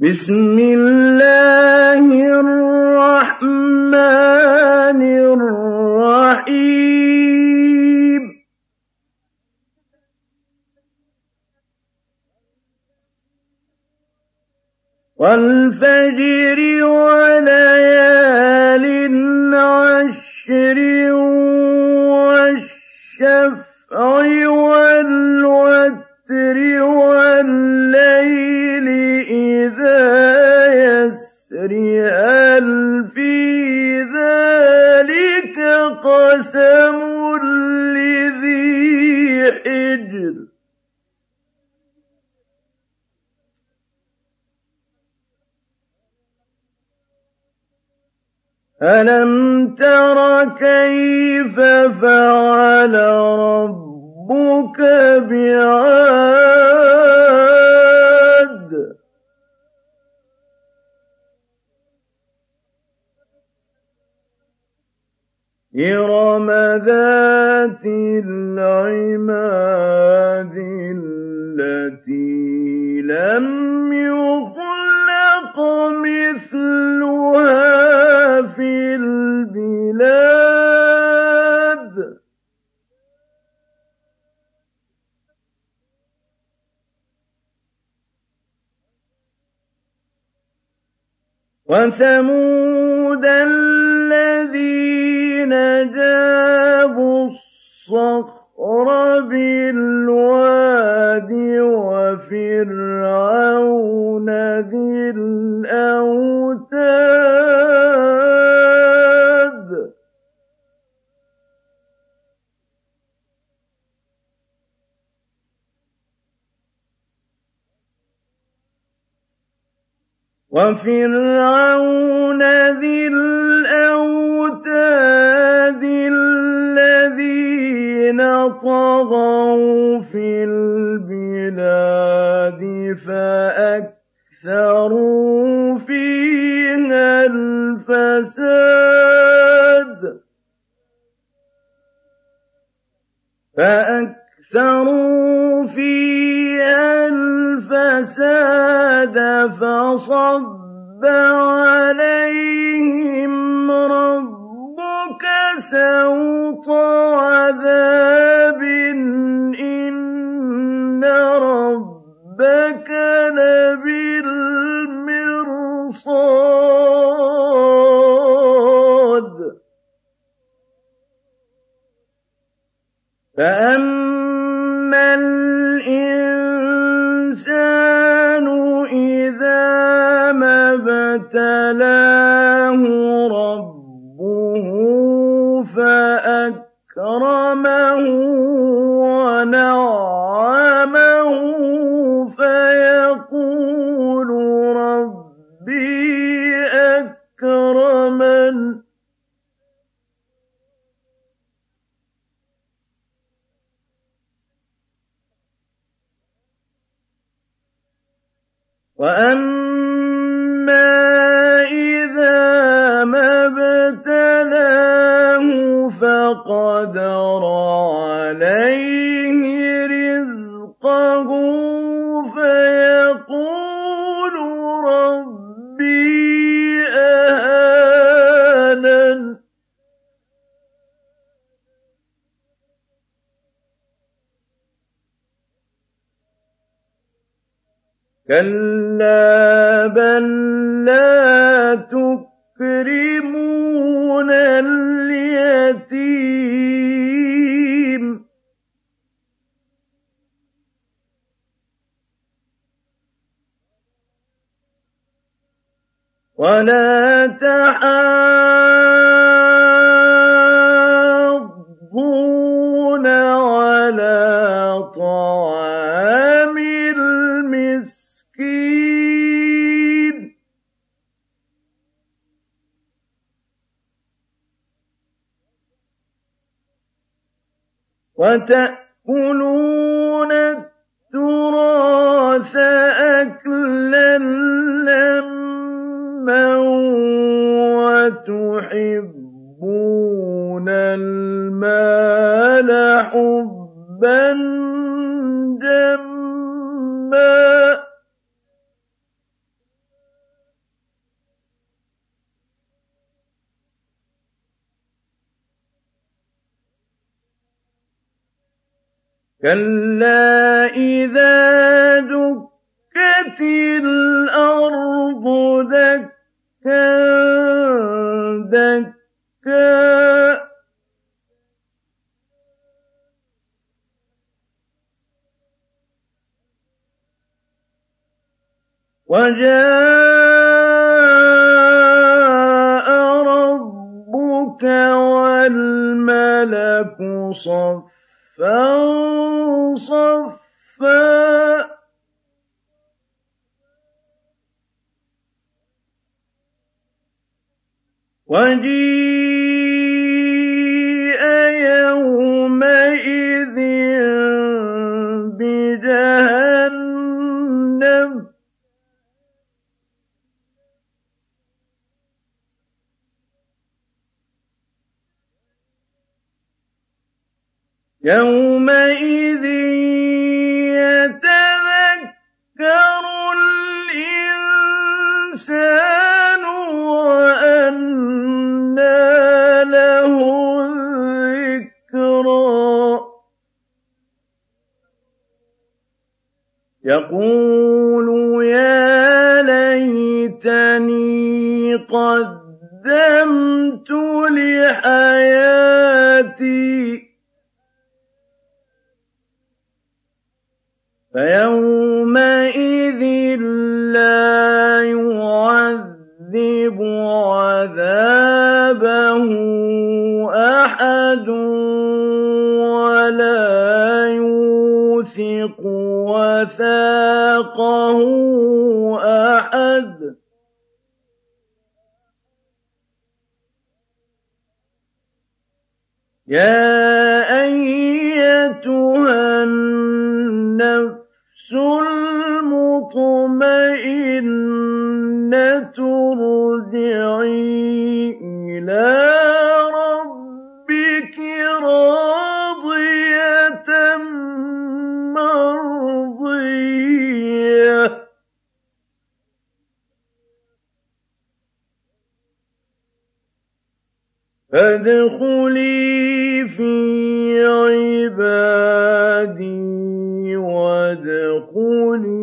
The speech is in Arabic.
بسم الله الرحمن الرحيم والفجر وليال عشر والشفع والوتر والليل إذا يسر هل في ذلك قسم لذي حجر ألم تر كيف فعل ربك بعاد إرم ذات العماد التي لم يخلق مثلها في البلاد وثمود الذين جابوا الصخر بالواد وفرعون ذي الأوتاد وفرعون ذي الأوتاد الذين طغوا في البلاد فأكثروا فيها الفساد فصب عليهم ربك سوط عذاب إن ربك لبالمرصاد فأما الإنسان إذا ما ابتلاه ربه فأكرمه ونعمه فيقول ربي أكرمن وأما إذا ما ابتلاه فقدر عليه رزقه فيقول ربي أهانن كلا بل لا تكرمون اليتيم ولا تحاضون على طعام المسكين وتأكلون التراث أكلا لما وتحبون المال حبا جما كَلَّا إِذَا دُكَّتِ الْأَرْضُ دَكًّا دَكًّا وَجَاءَ رَبُّكَ وَالْمَلَكُ صَفًّا صَفًّا وَجِيءَ يَوْمَئِذٍ بِجَهَنَّمَ يَوْمَئِذٍ يَتَذَكَّرُ الْإِنسَانُ وَأَنَّىٰ لَهُ الذِّكْرَىٰ يَقُولُ يَا لَيْتَنِي قَدَّمْتُ لِحَيَاتِي فَيَوْمَئِذٍ لَّا يُعَذِّبُ عَذَابَهُ أَحَدٌ وَلَا يُوثِقُ وَثَاقَهُ أَحَدٌ يَا أَيَّتُهَا النَّفْسُ الْمُطْمَئِنَّةُ ارْجِعِي إِلَىٰ رَبِّكِ رَاضِيَةً مَّرْضِيَّةً فَادْخُلِي فِي عِبَادِي وَادْخُلِي